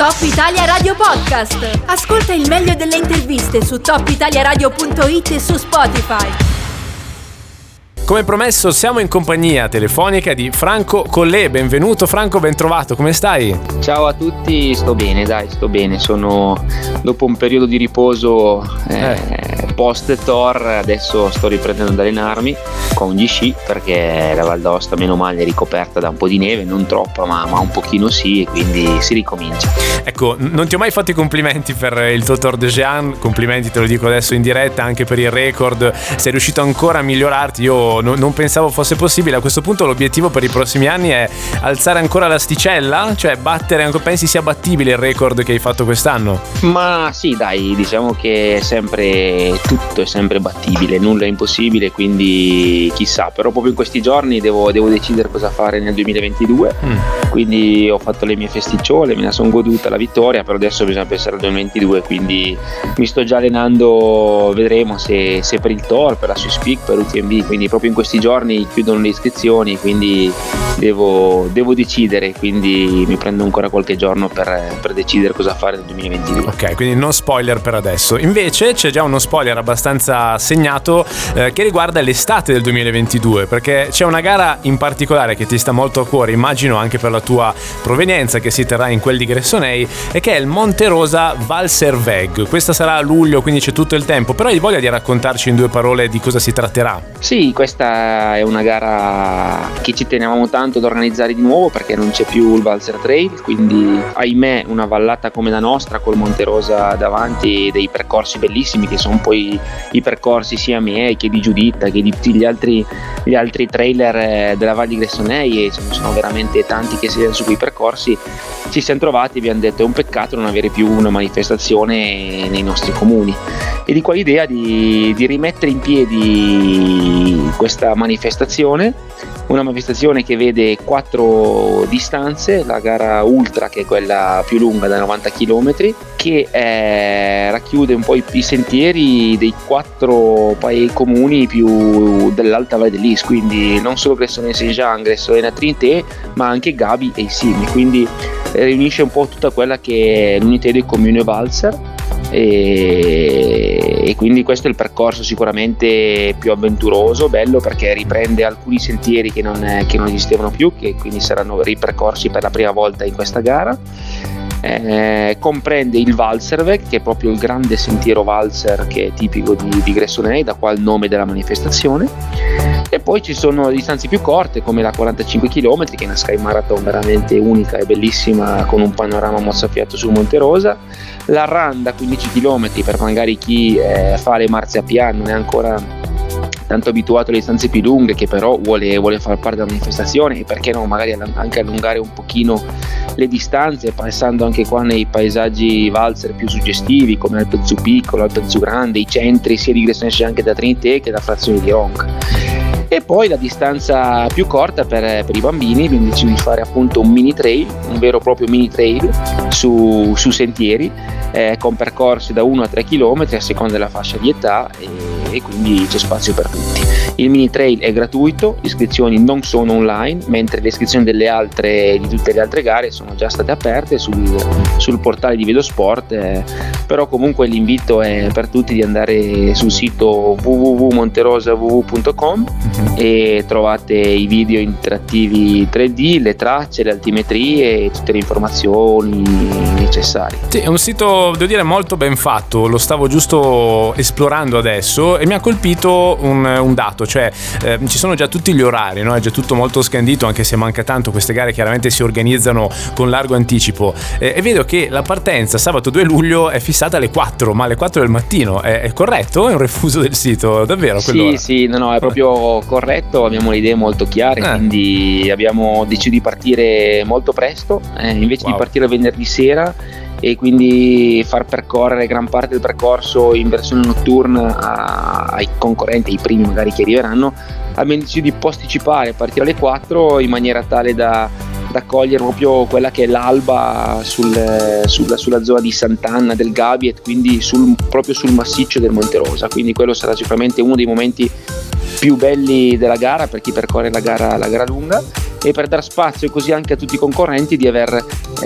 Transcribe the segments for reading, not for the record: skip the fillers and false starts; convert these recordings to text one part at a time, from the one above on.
Top Italia Radio Podcast. Ascolta il meglio delle interviste su topitaliaradio.it e su Spotify. Come promesso siamo in compagnia telefonica di Franco Collè. Benvenuto Franco, ben trovato, come stai? Ciao a tutti, sto bene, sono dopo un periodo di riposo post Thor, adesso sto riprendendo ad allenarmi con gli sci perché la Val d'Aosta meno male è ricoperta da un po' di neve, non troppa ma un pochino sì, e quindi si ricomincia. Ecco, non ti ho mai fatto i complimenti per il tuo Tour de Géant, complimenti te lo dico adesso in diretta, anche per il record, sei riuscito ancora a migliorarti, io non pensavo fosse possibile. A questo punto l'obiettivo per i prossimi anni è alzare ancora l'asticella, cioè battere, pensi sia battibile il record che hai fatto quest'anno? Ma sì dai, diciamo che tutto è sempre battibile, nulla è impossibile, quindi chissà, però proprio in questi giorni devo decidere cosa fare nel 2022, quindi ho fatto le mie festicciole, me la sono goduta la vittoria, però adesso bisogna pensare al 2022, quindi mi sto già allenando, vedremo se per il Tour, per la Swiss Peak, per UTMB, quindi proprio in questi giorni chiudono le iscrizioni, quindi devo decidere, quindi mi prendo ancora qualche giorno per decidere cosa fare nel 2022. Ok, quindi no spoiler per adesso. Invece c'è già uno spoiler abbastanza segnato che riguarda l'estate del 2022, perché c'è una gara in particolare che ti sta molto a cuore, immagino anche per la tua provenienza, che si terrà in quel di Gressonei, e che è il Monte Rosa Valserveg. Questa sarà a luglio, quindi c'è tutto il tempo, però hai voglia di raccontarci in due parole di cosa si tratterà? Sì, questa è una gara che ci tenevamo tanto ad organizzare di nuovo perché non c'è più il Valser Trail, quindi ahimè una vallata come la nostra col Monte Rosa davanti, dei percorsi bellissimi che sono poi i percorsi sia miei che di Giuditta che di tutti gli altri trailer della Val di Gressonei, e ce ne sono veramente tanti che si su quei percorsi. Ci siamo trovati e abbiamo detto è un peccato non avere più una manifestazione nei nostri comuni, e di qua l'idea di rimettere in piedi questa manifestazione, una manifestazione che vede 4 distanze, la gara ultra che è quella più lunga da 90 km, che racchiude un po' i sentieri dei 4 comuni più dell'Alta Valle dell'Is, quindi non solo Gressonei Saint-Jean, Gressonei Trinité, ma anche Gabi e Isimi, quindi riunisce un po' tutta quella che è l'unità del comune Valser, e quindi questo è il percorso sicuramente più avventuroso, bello perché riprende alcuni sentieri che non esistevano più, che quindi saranno ripercorsi per la prima volta in questa gara. Comprende il Valserveg, che è proprio il grande sentiero valser che è tipico di Gressonei, da qua il nome della manifestazione, e poi ci sono distanze più corte come la 45 km che è una sky marathon veramente unica e bellissima con un panorama mozzafiato sul Monte Rosa, la run da 15 km per magari chi fa le marciapiane, non è ancora tanto abituato alle distanze più lunghe, che però vuole far parte della manifestazione, e perché no, magari anche allungare un pochino le distanze, passando anche qua nei paesaggi valser più suggestivi come Alpezzo Piccolo, Alpezzo Grande, i centri sia di Gressonei anche da Trinité che da frazione di Ronc. E poi la distanza più corta per i bambini, quindi deciso di fare appunto un mini trail, un vero e proprio mini trail su sentieri, con percorsi da 1 a 3 km a seconda della fascia di età, e quindi c'è spazio per tutti. Il mini trail è gratuito, le iscrizioni non sono online, mentre le iscrizioni di tutte le altre gare sono già state aperte sul portale di Velosport, però comunque l'invito è per tutti di andare sul sito www.monterosa.com e trovate i video interattivi 3D, le tracce, le altimetrie e tutte le informazioni necessarie. Sì, è un sito, devo dire, molto ben fatto, lo stavo giusto esplorando adesso e mi ha colpito un dato, cioè ci sono già tutti gli orari, no? È già tutto molto scandito, anche se manca tanto. Queste gare chiaramente si organizzano con largo anticipo, e vedo che la partenza sabato 2 luglio è fissata alle 4, ma alle 4 del mattino, è corretto? È un refuso del sito, davvero? Sì, no, è proprio corretto, abbiamo le idee molto chiare, quindi abbiamo deciso di partire molto presto, invece di partire venerdì sera e quindi far percorrere gran parte del percorso in versione notturna ai concorrenti, ai primi magari che arriveranno. Abbiamo deciso di posticipare, partire alle 4 in maniera tale da cogliere proprio quella che è l'alba sulla zona di Sant'Anna del Gabiet, quindi proprio sul massiccio del Monte Rosa, quindi quello sarà sicuramente uno dei momenti più belli della gara per chi percorre la gara lunga. e per dar spazio così anche a tutti i concorrenti di aver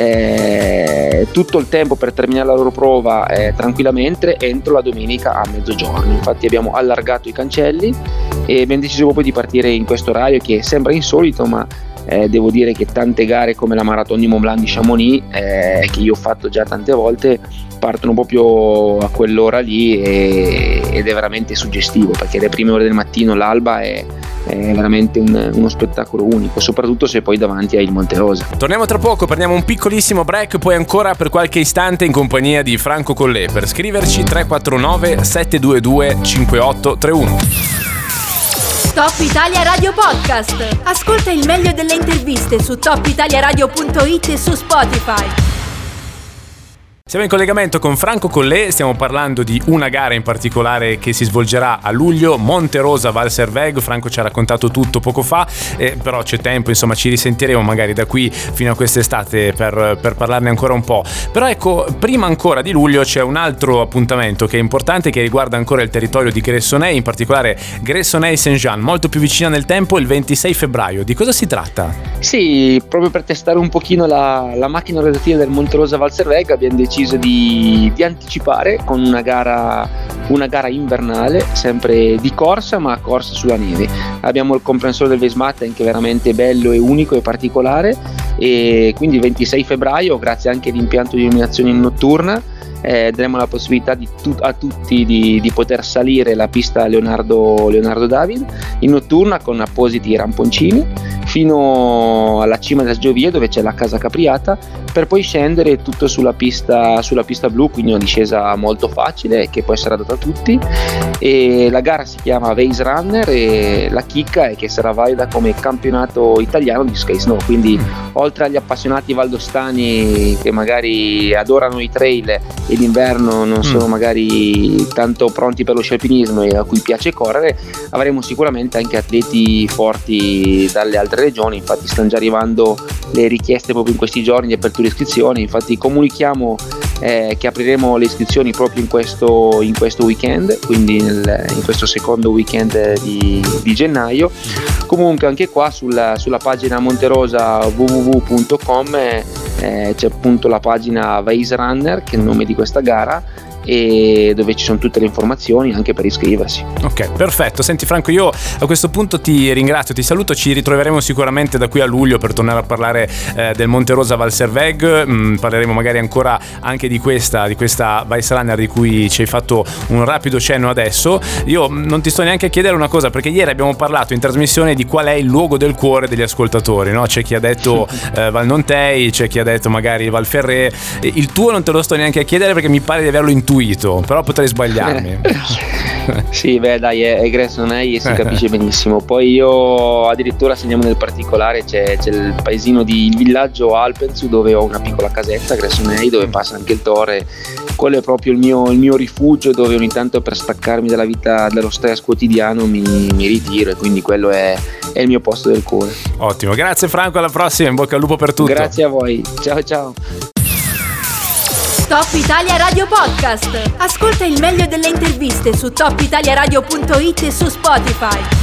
tutto il tempo per terminare la loro prova tranquillamente entro la domenica a mezzogiorno. Infatti abbiamo allargato i cancelli e abbiamo deciso proprio di partire in questo orario che sembra insolito, ma devo dire che tante gare come la Marathon di Mont Blanc di Chamonix, che io ho fatto già tante volte, partono proprio a quell'ora lì ed è veramente suggestivo, perché le prime ore del mattino, l'alba, è veramente uno spettacolo unico, soprattutto se poi davanti hai il Monte Rosa. Torniamo tra poco, prendiamo un piccolissimo break, poi ancora per qualche istante in compagnia di Franco Collet. Per scriverci 349 722 5831. Top Italia Radio Podcast. Ascolta il meglio delle interviste su topitaliaradio.it e su Spotify. Siamo in collegamento con Franco Collet, stiamo parlando di una gara in particolare che si svolgerà a luglio, Monte Rosa Val Serveg. Franco ci ha raccontato tutto poco fa, però c'è tempo, insomma ci risentiremo magari da qui fino a quest'estate per parlarne ancora un po'. Però ecco, prima ancora di luglio c'è un altro appuntamento che è importante, che riguarda ancora il territorio di Gressoney, in particolare Gressoney-Saint-Jean, molto più vicina nel tempo, il 26 febbraio. Di cosa si tratta? Sì, proprio per testare un pochino la macchina organizzativa del Monte Rosa Val Serveg abbiamo deciso di anticipare con una gara invernale, sempre di corsa, ma corsa sulla neve. Abbiamo il comprensore del Waze Mountain che è veramente bello e unico e particolare, e quindi il 26 febbraio, grazie anche all'impianto di illuminazione notturna, daremo la possibilità a tutti di poter salire la pista Leonardo David in notturna con appositi ramponcini fino alla cima della Giovia, dove c'è la casa capriata, per poi scendere tutto sulla pista blu, quindi una discesa molto facile che può essere adatta a tutti. E la gara si chiama Waze Runner e la chicca è che sarà valida come campionato italiano di skate snow, quindi oltre agli appassionati valdostani che magari adorano i trail e d'inverno non sono magari tanto pronti per lo sci alpinismo e a cui piace correre, avremo sicuramente anche atleti forti dalle altre regioni. Infatti stanno già arrivando le richieste proprio in questi giorni di apertura di iscrizioni. Infatti comunichiamo che apriremo le iscrizioni proprio in questo weekend, quindi in questo secondo weekend di gennaio. Comunque anche qua sulla pagina monterosa www.com c'è appunto la pagina Waze Runner, che è il nome di questa gara, e dove ci sono tutte le informazioni anche per iscriversi. Ok, perfetto. Senti Franco, io a questo punto ti ringrazio, ti saluto, ci ritroveremo sicuramente da qui a luglio per tornare a parlare del Monte Rosa Val Serveg. Parleremo magari ancora anche di questa Waze Runner di cui ci hai fatto un rapido cenno adesso. Io non ti sto neanche a chiedere una cosa, perché ieri abbiamo parlato in trasmissione di qual è il luogo del cuore degli ascoltatori, no? C'è chi ha detto Val Nontei, c'è chi ha detto magari Val Ferré. Il tuo non te lo sto neanche a chiedere perché mi pare di averlo intuito, però potrei sbagliarmi. Sì, beh dai, è Gressoney e si capisce benissimo. Poi io addirittura, se andiamo nel particolare, c'è il paesino il villaggio Alpensu, dove ho una piccola casetta, Gressoney, dove passa anche il Tore. Quello è proprio il mio rifugio, dove ogni tanto per staccarmi dalla vita, dallo stress quotidiano mi ritiro, e quindi quello è il mio posto del cuore. Ottimo, grazie Franco, alla prossima, in bocca al lupo per tutto. Grazie a voi, ciao. Top Italia Radio Podcast. Ascolta il meglio delle interviste su topitaliaradio.it e su Spotify.